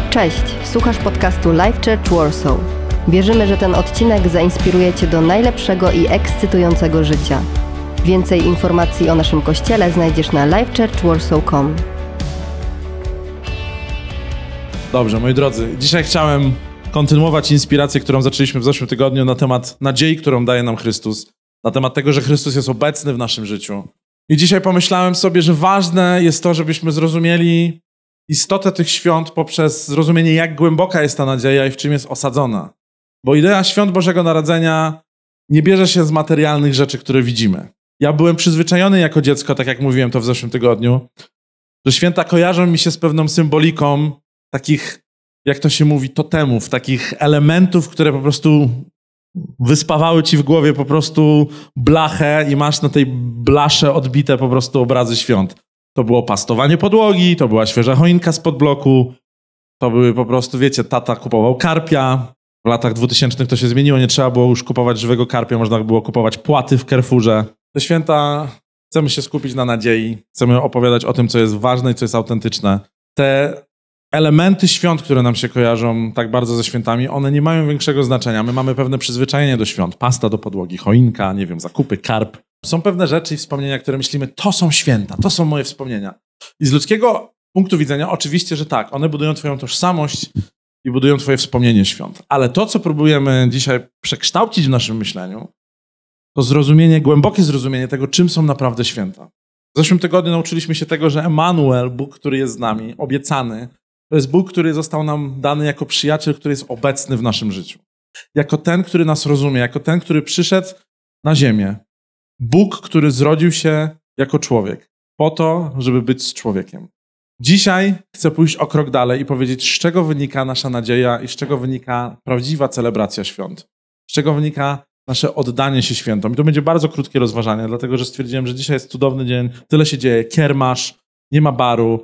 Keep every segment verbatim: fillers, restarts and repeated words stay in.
Cześć, słuchasz podcastu Life Church Warsaw. Wierzymy, że ten odcinek zainspiruje Cię do najlepszego i ekscytującego życia. Więcej informacji o naszym kościele znajdziesz na life church warsaw kropka com. Dobrze, moi drodzy, dzisiaj chciałem kontynuować inspirację, którą zaczęliśmy w zeszłym tygodniu na temat nadziei, którą daje nam Chrystus, na temat tego, że Chrystus jest obecny w naszym życiu. I dzisiaj pomyślałem sobie, że ważne jest to, żebyśmy zrozumieli istotę tych świąt poprzez zrozumienie, jak głęboka jest ta nadzieja i w czym jest osadzona. Bo idea świąt Bożego Narodzenia nie bierze się z materialnych rzeczy, które widzimy. Ja byłem przyzwyczajony jako dziecko, tak jak mówiłem to w zeszłym tygodniu, że święta kojarzą mi się z pewną symboliką takich, jak to się mówi, totemów, takich elementów, które po prostu wyspawały ci w głowie po prostu blachę i masz na tej blasze odbite po prostu obrazy świąt. To było pastowanie podłogi, to była świeża choinka spod bloku, to były po prostu, wiecie, tata kupował karpia. W latach dwutysięcznych to się zmieniło, nie trzeba było już kupować żywego karpia, można było kupować płaty w Carrefourze. Te święta chcemy się skupić na nadziei, chcemy opowiadać o tym, co jest ważne i co jest autentyczne. Te elementy świąt, które nam się kojarzą tak bardzo ze świętami, one nie mają większego znaczenia. My mamy pewne przyzwyczajenie do świąt. Pasta do podłogi, choinka, nie wiem, zakupy, karp. Są pewne rzeczy i wspomnienia, które myślimy, to są święta, to są moje wspomnienia. I z ludzkiego punktu widzenia oczywiście, że tak, one budują twoją tożsamość i budują twoje wspomnienie świąt. Ale to, co próbujemy dzisiaj przekształcić w naszym myśleniu, to zrozumienie, głębokie zrozumienie tego, czym są naprawdę święta. W zeszłym tygodniu nauczyliśmy się tego, że Emanuel, Bóg, który jest z nami, obiecany, to jest Bóg, który został nam dany jako przyjaciel, który jest obecny w naszym życiu. Jako ten, który nas rozumie, jako ten, który przyszedł na ziemię. Bóg, który zrodził się jako człowiek, po to, żeby być z człowiekiem. Dzisiaj chcę pójść o krok dalej i powiedzieć, z czego wynika nasza nadzieja i z czego wynika prawdziwa celebracja świąt. Z czego wynika nasze oddanie się świętom. I to będzie bardzo krótkie rozważanie, dlatego że stwierdziłem, że dzisiaj jest cudowny dzień, tyle się dzieje, kiermasz, nie ma baru,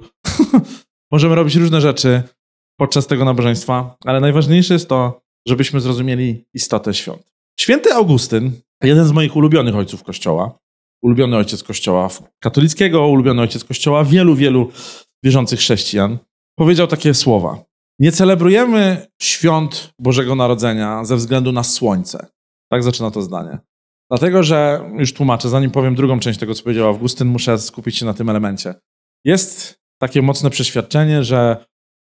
możemy robić różne rzeczy podczas tego nabożeństwa, ale najważniejsze jest to, żebyśmy zrozumieli istotę świąt. Święty Augustyn, jeden z moich ulubionych ojców Kościoła, ulubiony ojciec Kościoła katolickiego, ulubiony ojciec Kościoła wielu, wielu wierzących chrześcijan, powiedział takie słowa. Nie celebrujemy świąt Bożego Narodzenia ze względu na słońce. Tak zaczyna to zdanie. Dlatego, że, już tłumaczę, zanim powiem drugą część tego, co powiedział Augustyn, muszę skupić się na tym elemencie. Jest takie mocne przeświadczenie, że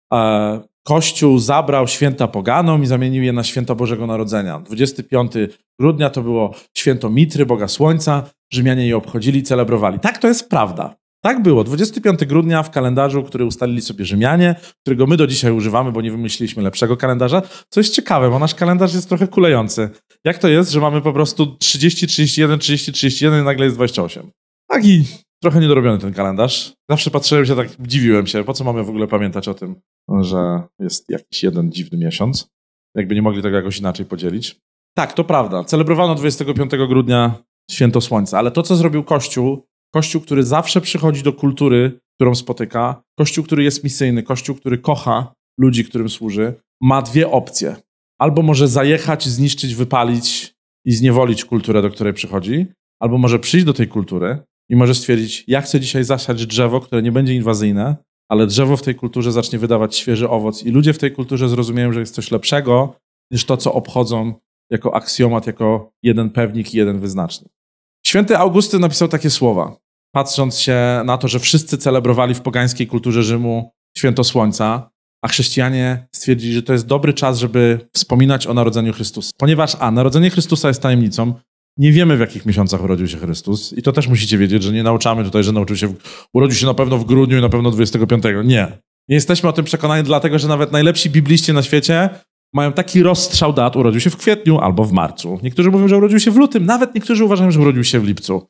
e, Kościół zabrał święta poganom i zamienił je na święta Bożego Narodzenia. dwudziestego piątego grudnia to było święto Mitry, Boga Słońca. Rzymianie je obchodzili, celebrowali. Tak, to jest prawda. Tak było. dwudziestego piątego grudnia w kalendarzu, który ustalili sobie Rzymianie, którego my do dzisiaj używamy, bo nie wymyśliliśmy lepszego kalendarza, co jest ciekawe, bo nasz kalendarz jest trochę kulejący. Jak to jest, że mamy po prostu trzydzieści, trzydzieści jeden, trzydzieści, trzydzieści jeden i nagle jest dwadzieścia osiem. Tak i trochę niedorobiony ten kalendarz. Zawsze patrzyłem się tak, dziwiłem się, po co mamy w ogóle pamiętać o tym, że jest jakiś jeden dziwny miesiąc. Jakby nie mogli tego jakoś inaczej podzielić. Tak, to prawda. Celebrowano dwudziestego piątego grudnia święto Słońca, ale to, co zrobił Kościół, Kościół, który zawsze przychodzi do kultury, którą spotyka, Kościół, który jest misyjny, Kościół, który kocha ludzi, którym służy, ma dwie opcje. Albo może zajechać, zniszczyć, wypalić i zniewolić kulturę, do której przychodzi, albo może przyjść do tej kultury i może stwierdzić, ja chcę dzisiaj zasiać drzewo, które nie będzie inwazyjne, ale drzewo w tej kulturze zacznie wydawać świeży owoc i ludzie w tej kulturze zrozumieją, że jest coś lepszego niż to, co obchodzą jako aksjomat, jako jeden pewnik i jeden wyznacznik. Święty Augustyn napisał takie słowa, patrząc się na to, że wszyscy celebrowali w pogańskiej kulturze Rzymu święto Słońca, a chrześcijanie stwierdzili, że to jest dobry czas, żeby wspominać o narodzeniu Chrystusa. Ponieważ a, narodzenie Chrystusa jest tajemnicą, nie wiemy, w jakich miesiącach urodził się Chrystus i to też musicie wiedzieć, że nie nauczamy tutaj, że nauczył się, w, urodził się na pewno w grudniu i na pewno dwudziestego piątego. Nie. Nie jesteśmy o tym przekonani, dlatego że nawet najlepsi bibliści na świecie mają taki rozstrzał dat, urodził się w kwietniu albo w marcu. Niektórzy mówią, że urodził się w lutym, nawet niektórzy uważają, że urodził się w lipcu.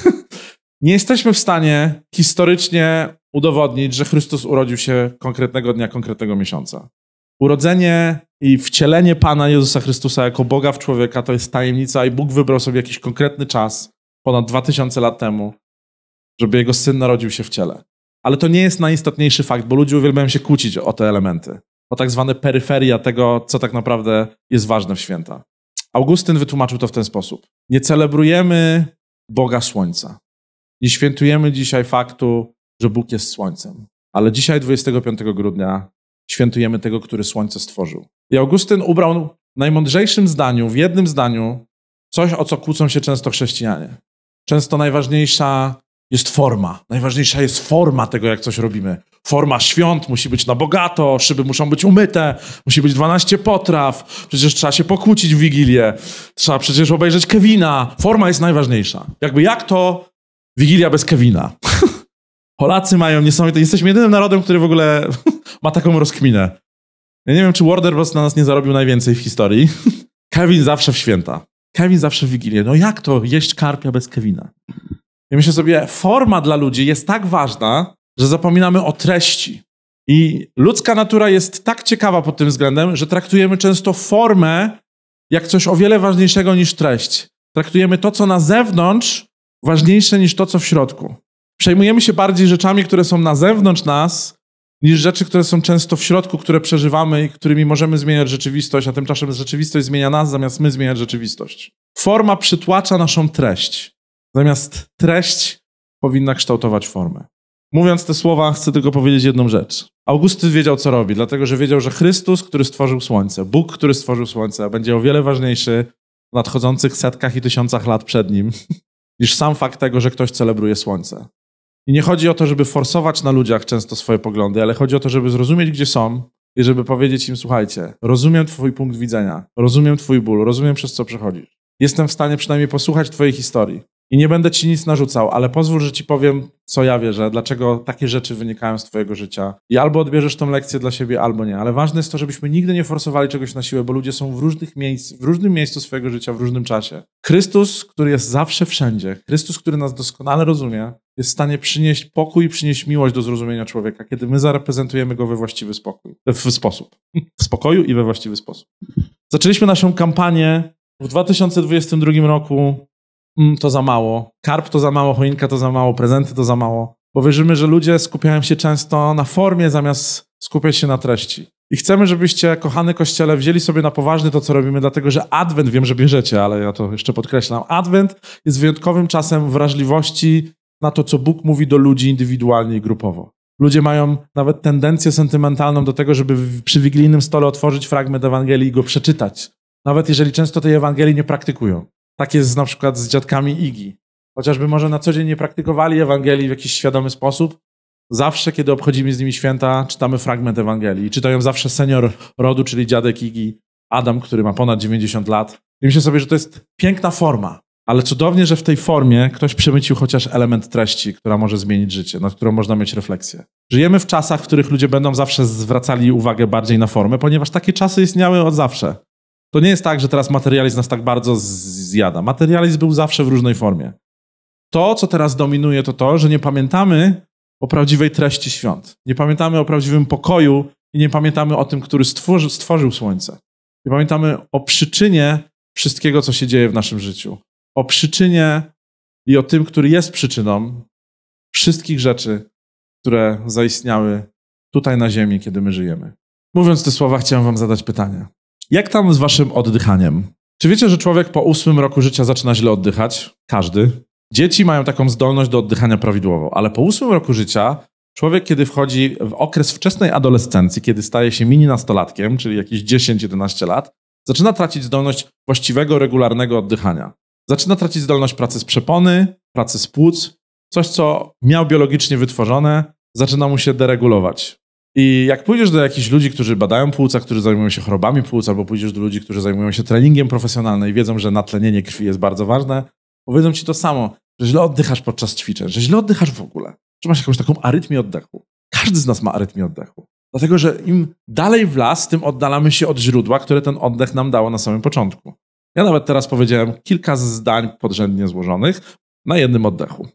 Nie jesteśmy w stanie historycznie udowodnić, że Chrystus urodził się konkretnego dnia, konkretnego miesiąca. Urodzenie i wcielenie Pana Jezusa Chrystusa jako Boga w człowieka to jest tajemnica i Bóg wybrał sobie jakiś konkretny czas, ponad dwa tysiące lat temu, żeby Jego Syn narodził się w ciele. Ale to nie jest najistotniejszy fakt, bo ludzie uwielbiają się kłócić o te elementy, o tak zwane peryferia tego, co tak naprawdę jest ważne w święta. Augustyn wytłumaczył to w ten sposób. Nie celebrujemy Boga Słońca. Nie świętujemy dzisiaj faktu, że Bóg jest Słońcem. Ale dzisiaj, dwudziestego piątego grudnia, świętujemy tego, który słońce stworzył. I Augustyn ubrał w najmądrzejszym zdaniu, w jednym zdaniu, coś, o co kłócą się często chrześcijanie. Często najważniejsza jest forma. Najważniejsza jest forma tego, jak coś robimy. Forma świąt musi być na bogato, szyby muszą być umyte, musi być dwanaście potraw, przecież trzeba się pokłócić w Wigilię, trzeba przecież obejrzeć Kevina. Forma jest najważniejsza. Jakby jak to Wigilia bez Kevina? Polacy mają niesamowite... Jesteśmy jedynym narodem, który w ogóle ma taką rozkminę. Ja nie wiem, czy Warner Bros. Na nas nie zarobił najwięcej w historii. Kevin zawsze w święta. Kevin zawsze w Wigilię. No jak to jeść karpia bez Kevina? I myślę sobie, forma dla ludzi jest tak ważna, że zapominamy o treści. I ludzka natura jest tak ciekawa pod tym względem, że traktujemy często formę jak coś o wiele ważniejszego niż treść. Traktujemy to, co na zewnątrz, ważniejsze niż to, co w środku. Przejmujemy się bardziej rzeczami, które są na zewnątrz nas, niż rzeczy, które są często w środku, które przeżywamy i którymi możemy zmieniać rzeczywistość, a tymczasem rzeczywistość zmienia nas, zamiast my zmieniać rzeczywistość. Forma przytłacza naszą treść, zamiast treść powinna kształtować formę. Mówiąc te słowa, chcę tylko powiedzieć jedną rzecz. Augustyn wiedział, co robi, dlatego że wiedział, że Chrystus, który stworzył Słońce, Bóg, który stworzył Słońce, będzie o wiele ważniejszy w nadchodzących setkach i tysiącach lat przed nim, niż sam fakt tego, że ktoś celebruje Słońce. I nie chodzi o to, żeby forsować na ludziach często swoje poglądy, ale chodzi o to, żeby zrozumieć, gdzie są i żeby powiedzieć im, słuchajcie, rozumiem twój punkt widzenia, rozumiem twój ból, rozumiem, przez co przechodzisz. Jestem w stanie przynajmniej posłuchać twojej historii. I nie będę ci nic narzucał, ale pozwól, że ci powiem, co ja wierzę, dlaczego takie rzeczy wynikają z twojego życia. I albo odbierzesz tą lekcję dla siebie, albo nie. Ale ważne jest to, żebyśmy nigdy nie forsowali czegoś na siłę, bo ludzie są w różnych miejsc, w różnym miejscu swojego życia, w różnym czasie. Chrystus, który jest zawsze wszędzie, Chrystus, który nas doskonale rozumie, jest w stanie przynieść pokój i przynieść miłość do zrozumienia człowieka, kiedy my zareprezentujemy go we właściwy spokój, w sposób. W spokoju i we właściwy sposób. Zaczęliśmy naszą kampanię w dwa tysiące dwudziestym drugim roku. Mm, to za mało. Karp to za mało, choinka to za mało, prezenty to za mało. Bo wierzymy, że ludzie skupiają się często na formie, zamiast skupiać się na treści. I chcemy, żebyście, kochany Kościele, wzięli sobie na poważnie to, co robimy, dlatego że Adwent, wiem, że bierzecie, ale ja to jeszcze podkreślam, Adwent jest wyjątkowym czasem wrażliwości na to, co Bóg mówi do ludzi indywidualnie i grupowo. Ludzie mają nawet tendencję sentymentalną do tego, żeby przy wigilijnym stole otworzyć fragment Ewangelii i go przeczytać. Nawet jeżeli często tej Ewangelii nie praktykują. Tak jest na przykład z dziadkami Igi. Chociażby może na co dzień nie praktykowali Ewangelii w jakiś świadomy sposób, zawsze, kiedy obchodzimy z nimi święta, czytamy fragment Ewangelii. I czytają zawsze senior rodu, czyli dziadek Igi, Adam, który ma ponad dziewięćdziesiąt lat. I myślę sobie, że to jest piękna forma, ale cudownie, że w tej formie ktoś przemycił chociaż element treści, która może zmienić życie, nad którą można mieć refleksję. Żyjemy w czasach, w których ludzie będą zawsze zwracali uwagę bardziej na formę, ponieważ takie czasy istniały od zawsze. To nie jest tak, że teraz materializm nas tak bardzo zjada. Materializm był zawsze w różnej formie. To, co teraz dominuje, to to, że nie pamiętamy o prawdziwej treści świąt. Nie pamiętamy o prawdziwym pokoju i nie pamiętamy o tym, który stworzył, stworzył Słońce. Nie pamiętamy o przyczynie wszystkiego, co się dzieje w naszym życiu. O przyczynie i o tym, który jest przyczyną wszystkich rzeczy, które zaistniały tutaj na ziemi, kiedy my żyjemy. Mówiąc te słowa, chciałem wam zadać pytanie. Jak tam z waszym oddychaniem? Czy wiecie, że człowiek po ósmym roku życia zaczyna źle oddychać? Każdy. Dzieci mają taką zdolność do oddychania prawidłowo, ale po ósmym roku życia człowiek, kiedy wchodzi w okres wczesnej adolescencji, kiedy staje się mini nastolatkiem, czyli jakieś dziesięć jedenaście lat, zaczyna tracić zdolność właściwego, regularnego oddychania. Zaczyna tracić zdolność pracy z przepony, pracy z płuc, coś, co miał biologicznie wytworzone, zaczyna mu się deregulować. I jak pójdziesz do jakichś ludzi, którzy badają płuca, którzy zajmują się chorobami płuc, albo pójdziesz do ludzi, którzy zajmują się treningiem profesjonalnym i wiedzą, że natlenienie krwi jest bardzo ważne, powiedzą ci to samo, że źle oddychasz podczas ćwiczeń, że źle oddychasz w ogóle, że masz jakąś taką arytmię oddechu. Każdy z nas ma arytmię oddechu. Dlatego, że im dalej w las, tym oddalamy się od źródła, które ten oddech nam dało na samym początku. Ja nawet teraz powiedziałem kilka zdań podrzędnie złożonych na jednym oddechu.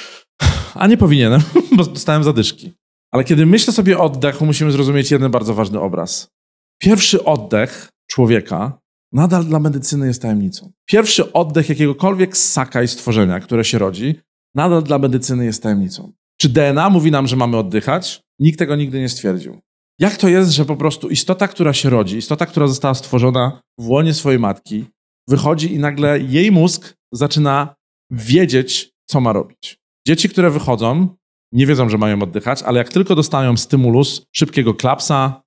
A nie powinienem, bo dostałem zadyszki. Ale kiedy myślę sobie o oddechu, musimy zrozumieć jeden bardzo ważny obraz. Pierwszy oddech człowieka nadal dla medycyny jest tajemnicą. Pierwszy oddech jakiegokolwiek ssaka i stworzenia, które się rodzi, nadal dla medycyny jest tajemnicą. Czy D N A mówi nam, że mamy oddychać? Nikt tego nigdy nie stwierdził. Jak to jest, że po prostu istota, która się rodzi, istota, która została stworzona w łonie swojej matki, wychodzi i nagle jej mózg zaczyna wiedzieć, co ma robić. Dzieci, które wychodzą, nie wiedzą, że mają oddychać, ale jak tylko dostają stymulus szybkiego klapsa,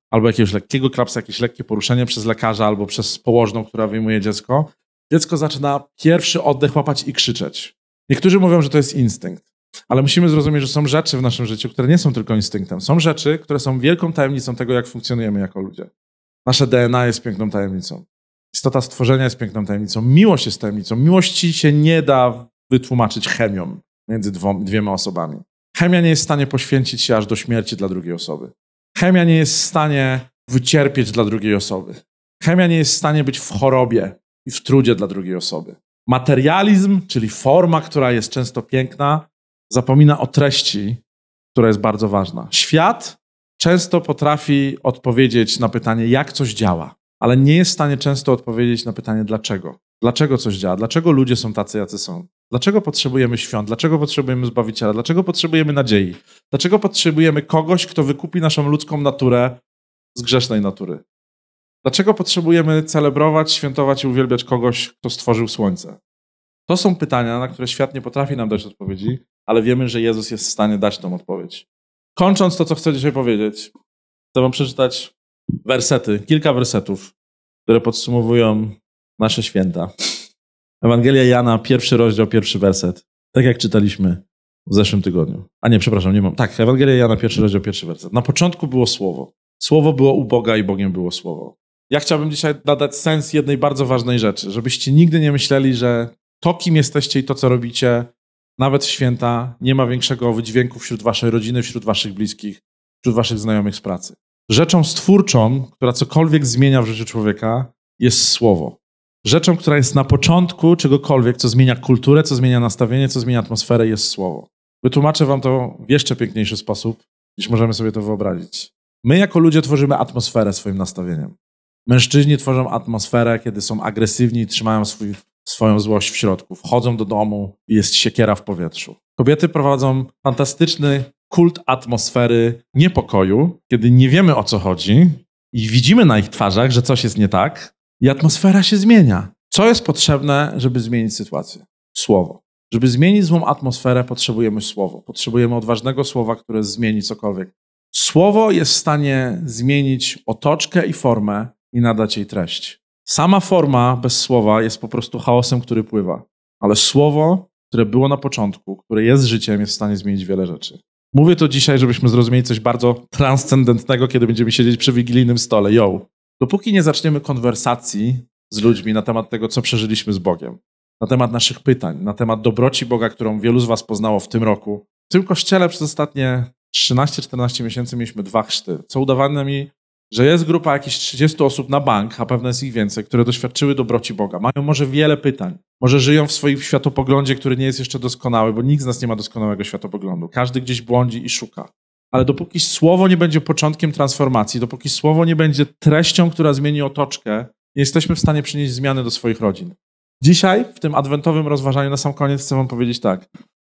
albo jakiegoś lekkiego klapsa, jakieś lekkie poruszenie przez lekarza albo przez położną, która wyjmuje dziecko, dziecko zaczyna pierwszy oddech łapać i krzyczeć. Niektórzy mówią, że to jest instynkt, ale musimy zrozumieć, że są rzeczy w naszym życiu, które nie są tylko instynktem. Są rzeczy, które są wielką tajemnicą tego, jak funkcjonujemy jako ludzie. Nasze D N A jest piękną tajemnicą. Istota stworzenia jest piękną tajemnicą. Miłość jest tajemnicą. Miłości się nie da wytłumaczyć chemią między dwoma, dwiema osobami. Chemia nie jest w stanie poświęcić się aż do śmierci dla drugiej osoby. Chemia nie jest w stanie wycierpieć dla drugiej osoby. Chemia nie jest w stanie być w chorobie i w trudzie dla drugiej osoby. Materializm, czyli forma, która jest często piękna, zapomina o treści, która jest bardzo ważna. Świat często potrafi odpowiedzieć na pytanie, jak coś działa, ale nie jest w stanie często odpowiedzieć na pytanie, dlaczego. Dlaczego coś działa? Dlaczego ludzie są tacy, jacy są? Dlaczego potrzebujemy świąt? Dlaczego potrzebujemy Zbawiciela? Dlaczego potrzebujemy nadziei? Dlaczego potrzebujemy kogoś, kto wykupi naszą ludzką naturę z grzesznej natury? Dlaczego potrzebujemy celebrować, świętować i uwielbiać kogoś, kto stworzył słońce? To są pytania, na które świat nie potrafi nam dać odpowiedzi, ale wiemy, że Jezus jest w stanie dać tą odpowiedź. Kończąc to, co chcę dzisiaj powiedzieć, chcę wam przeczytać wersety, kilka wersetów, które podsumowują nasze święta. Ewangelia Jana, pierwszy rozdział, pierwszy werset. Tak jak czytaliśmy w zeszłym tygodniu. A nie, przepraszam, nie mam. Tak, Ewangelia Jana, pierwszy rozdział, pierwszy werset. Na początku było Słowo. Słowo było u Boga i Bogiem było Słowo. Ja chciałbym dzisiaj nadać sens jednej bardzo ważnej rzeczy, żebyście nigdy nie myśleli, że to, kim jesteście i to, co robicie, nawet w święta, nie ma większego wydźwięku wśród waszej rodziny, wśród waszych bliskich, wśród waszych znajomych z pracy. Rzeczą stwórczą, która cokolwiek zmienia w życiu człowieka, jest Słowo. Rzeczą, która jest na początku czegokolwiek, co zmienia kulturę, co zmienia nastawienie, co zmienia atmosferę, jest Słowo. Wytłumaczę wam to w jeszcze piękniejszy sposób, niż możemy sobie to wyobrazić. My jako ludzie tworzymy atmosferę swoim nastawieniem. Mężczyźni tworzą atmosferę, kiedy są agresywni i trzymają swój, swoją złość w środku. Wchodzą do domu i jest siekiera w powietrzu. Kobiety prowadzą fantastyczny kult atmosfery niepokoju, kiedy nie wiemy, o co chodzi i widzimy na ich twarzach, że coś jest nie tak i atmosfera się zmienia. Co jest potrzebne, żeby zmienić sytuację? Słowo. Żeby zmienić złą atmosferę, potrzebujemy słowo. Potrzebujemy odważnego słowa, które zmieni cokolwiek. Słowo jest w stanie zmienić otoczkę i formę i nadać jej treść. Sama forma bez słowa jest po prostu chaosem, który pływa. Ale słowo, które było na początku, które jest życiem, jest w stanie zmienić wiele rzeczy. Mówię to dzisiaj, żebyśmy zrozumieli coś bardzo transcendentnego, kiedy będziemy siedzieć przy wigilijnym stole. Yo! Dopóki nie zaczniemy konwersacji z ludźmi na temat tego, co przeżyliśmy z Bogiem, na temat naszych pytań, na temat dobroci Boga, którą wielu z was poznało w tym roku. W tym kościele przez ostatnie trzynaście czternaście miesięcy mieliśmy dwa chrzty, co udowadnia mi, że jest grupa jakichś trzydziestu osób na bank, a pewno jest ich więcej, które doświadczyły dobroci Boga. Mają może wiele pytań. Może żyją w swoim światopoglądzie, który nie jest jeszcze doskonały, bo nikt z nas nie ma doskonałego światopoglądu. Każdy gdzieś błądzi i szuka. Ale dopóki słowo nie będzie początkiem transformacji, dopóki słowo nie będzie treścią, która zmieni otoczkę, nie jesteśmy w stanie przynieść zmiany do swoich rodzin. Dzisiaj, w tym adwentowym rozważaniu na sam koniec chcę wam powiedzieć tak.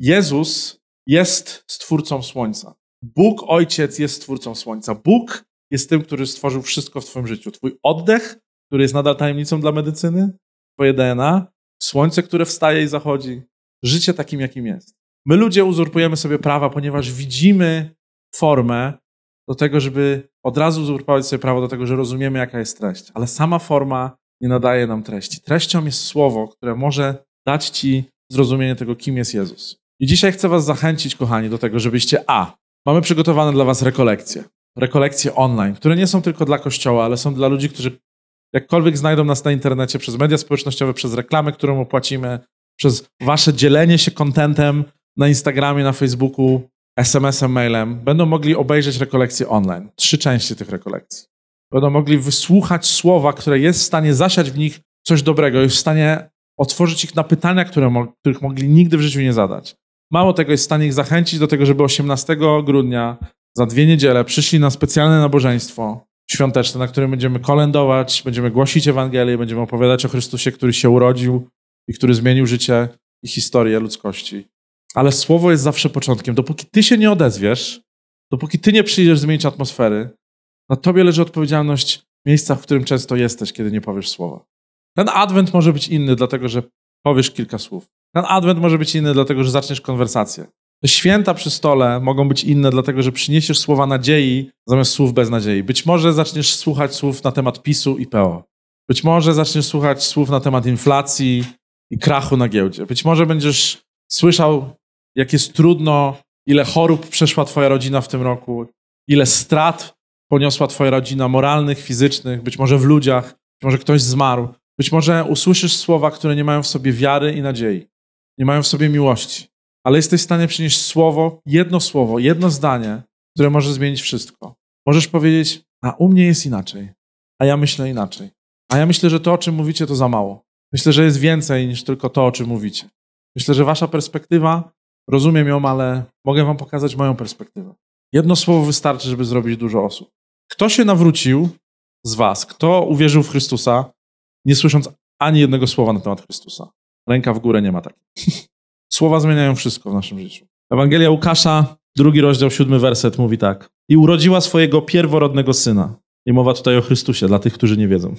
Jezus jest stwórcą słońca. Bóg Ojciec jest stwórcą słońca. Bóg jest tym, który stworzył wszystko w twoim życiu. Twój oddech, który jest nadal tajemnicą dla medycyny, twoje D N A, słońce, które wstaje i zachodzi, życie takim, jakim jest. My ludzie uzurpujemy sobie prawa, ponieważ widzimy formę do tego, żeby od razu uzurpować sobie prawo do tego, że rozumiemy, jaka jest treść. Ale sama forma nie nadaje nam treści. Treścią jest słowo, które może dać ci zrozumienie tego, kim jest Jezus. I dzisiaj chcę was zachęcić, kochani, do tego, żebyście a. Mamy przygotowane dla was rekolekcje. Rekolekcje online, które nie są tylko dla Kościoła, ale są dla ludzi, którzy jakkolwiek znajdą nas na internecie, przez media społecznościowe, przez reklamy, którą opłacimy, przez wasze dzielenie się contentem na Instagramie, na Facebooku, es em esem, mailem, będą mogli obejrzeć rekolekcje online. Trzy części tych rekolekcji. Będą mogli wysłuchać słowa, które jest w stanie zasiać w nich coś dobrego, jest w stanie otworzyć ich na pytania, które, których mogli nigdy w życiu nie zadać. Mało tego, jest w stanie ich zachęcić do tego, żeby osiemnastego grudnia za dwie niedziele przyszli na specjalne nabożeństwo świąteczne, na którym będziemy kolędować, będziemy głosić Ewangelię, będziemy opowiadać o Chrystusie, który się urodził i który zmienił życie i historię ludzkości. Ale słowo jest zawsze początkiem. Dopóki ty się nie odezwiesz, dopóki ty nie przyjdziesz zmienić atmosfery, na tobie leży odpowiedzialność miejsca, w którym często jesteś, kiedy nie powiesz słowa. Ten adwent może być inny, dlatego że powiesz kilka słów. Ten adwent może być inny, dlatego że zaczniesz konwersację. Te święta przy stole mogą być inne, dlatego że przyniesiesz słowa nadziei zamiast słów beznadziei. Być może zaczniesz słuchać słów na temat PiSu i P O. Być może zaczniesz słuchać słów na temat inflacji i krachu na giełdzie. Być może będziesz słyszał, jak jest trudno, ile chorób przeszła twoja rodzina w tym roku, ile strat poniosła twoja rodzina, moralnych, fizycznych, być może w ludziach, być może ktoś zmarł. Być może usłyszysz słowa, które nie mają w sobie wiary i nadziei, nie mają w sobie miłości, ale jesteś w stanie przynieść słowo, jedno słowo, jedno zdanie, które może zmienić wszystko. Możesz powiedzieć, a u mnie jest inaczej, a ja myślę inaczej. A ja myślę, że to, o czym mówicie, to za mało. Myślę, że jest więcej niż tylko to, o czym mówicie. Myślę, że wasza perspektywa, rozumiem ją, ale mogę wam pokazać moją perspektywę. Jedno słowo wystarczy, żeby zrobić dużo osób. Kto się nawrócił z was? Kto uwierzył w Chrystusa, nie słysząc ani jednego słowa na temat Chrystusa? Ręka w górę nie ma takiej. Słowa zmieniają wszystko w naszym życiu. Ewangelia Łukasza, drugi rozdział, siódmy werset mówi tak. I urodziła swojego pierworodnego syna. I mowa tutaj o Chrystusie, dla tych, którzy nie wiedzą.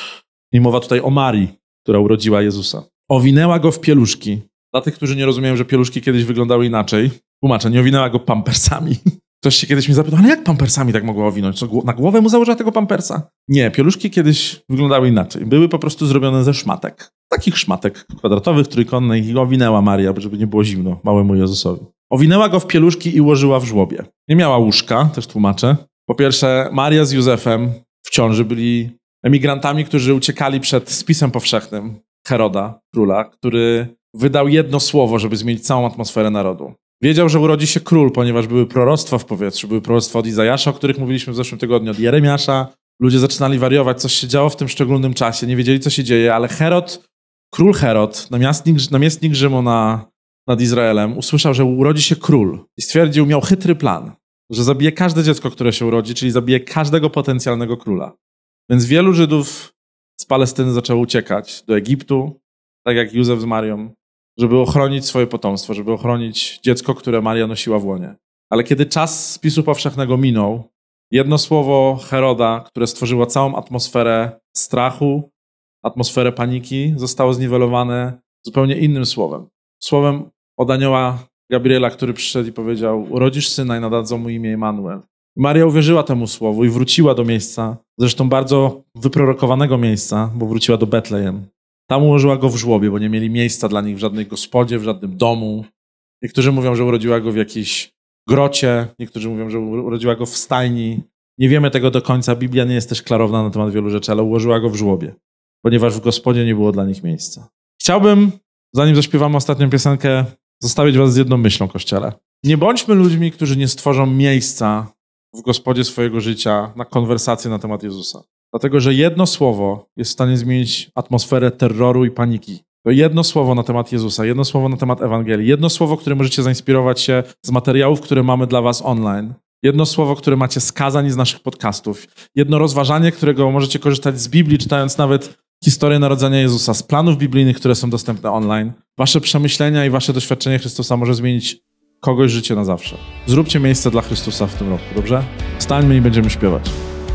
I mowa tutaj o Marii, która urodziła Jezusa. Owinęła go w pieluszki. Dla tych, którzy nie rozumieją, że pieluszki kiedyś wyglądały inaczej. Tłumaczę, nie owinęła go pampersami. Ktoś się kiedyś mi zapytał, ale jak pampersami tak mogła owinąć? Co, na głowę mu założyła tego pampersa? Nie, pieluszki kiedyś wyglądały inaczej. Były po prostu zrobione ze szmatek. Takich szmatek kwadratowych, trójkątnych i owinęła Maria, żeby nie było zimno małemu Jezusowi. Owinęła go w pieluszki i ułożyła w żłobie. Nie miała łóżka, też tłumaczę. Po pierwsze, Maria z Józefem w ciąży byli emigrantami, którzy uciekali przed spisem powszechnym Heroda, króla, który wydał jedno słowo, żeby zmienić całą atmosferę narodu. Wiedział, że urodzi się król, ponieważ były proroctwa w powietrzu, były proroctwa od Izajasza, o których mówiliśmy w zeszłym tygodniu, od Jeremiasza. Ludzie zaczynali wariować, coś się działo w tym szczególnym czasie, nie wiedzieli, co się dzieje, ale Herod, król Herod, namiestnik, namiestnik Rzymu na, nad Izraelem, usłyszał, że urodzi się król i stwierdził, miał chytry plan, że zabije każde dziecko, które się urodzi, czyli zabije każdego potencjalnego króla. Więc wielu Żydów z Palestyny zaczęło uciekać do Egiptu, tak jak Józef z Marią, żeby ochronić swoje potomstwo, żeby ochronić dziecko, które Maria nosiła w łonie. Ale kiedy czas spisu powszechnego minął, jedno słowo Heroda, które stworzyło całą atmosferę strachu, atmosferę paniki, zostało zniwelowane zupełnie innym słowem. Słowem od anioła Gabriela, który przyszedł i powiedział, urodzisz syna i nadadzą mu imię Immanuel. Maria uwierzyła temu słowu i wróciła do miejsca, zresztą bardzo wyprorokowanego miejsca, bo wróciła do Betlejem. Tam ułożyła go w żłobie, bo nie mieli miejsca dla nich w żadnej gospodzie, w żadnym domu. Niektórzy mówią, że urodziła go w jakiejś grocie, niektórzy mówią, że urodziła go w stajni. Nie wiemy tego do końca, Biblia nie jest też klarowna na temat wielu rzeczy, ale ułożyła go w żłobie, ponieważ w gospodzie nie było dla nich miejsca. Chciałbym, zanim zaśpiewamy ostatnią piosenkę, zostawić was z jedną myślą, Kościele. Nie bądźmy ludźmi, którzy nie stworzą miejsca w gospodzie swojego życia na konwersację na temat Jezusa. Dlatego, że jedno słowo jest w stanie zmienić atmosferę terroru i paniki. To jedno słowo na temat Jezusa, jedno słowo na temat Ewangelii, jedno słowo, które możecie zainspirować się z materiałów, które mamy dla was online, jedno słowo, które macie z kazań z naszych podcastów, jedno rozważanie, którego możecie korzystać z Biblii, czytając nawet historię narodzenia Jezusa, z planów biblijnych, które są dostępne online. Wasze przemyślenia i wasze doświadczenie Chrystusa może zmienić kogoś życie na zawsze. Zróbcie miejsce dla Chrystusa w tym roku, dobrze? Stańmy i będziemy śpiewać.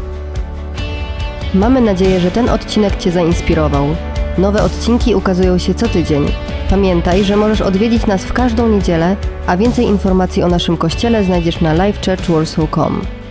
Mamy nadzieję, że ten odcinek cię zainspirował. Nowe odcinki ukazują się co tydzień. Pamiętaj, że możesz odwiedzić nas w każdą niedzielę, a więcej informacji o naszym kościele znajdziesz na live church warsaw kropka com.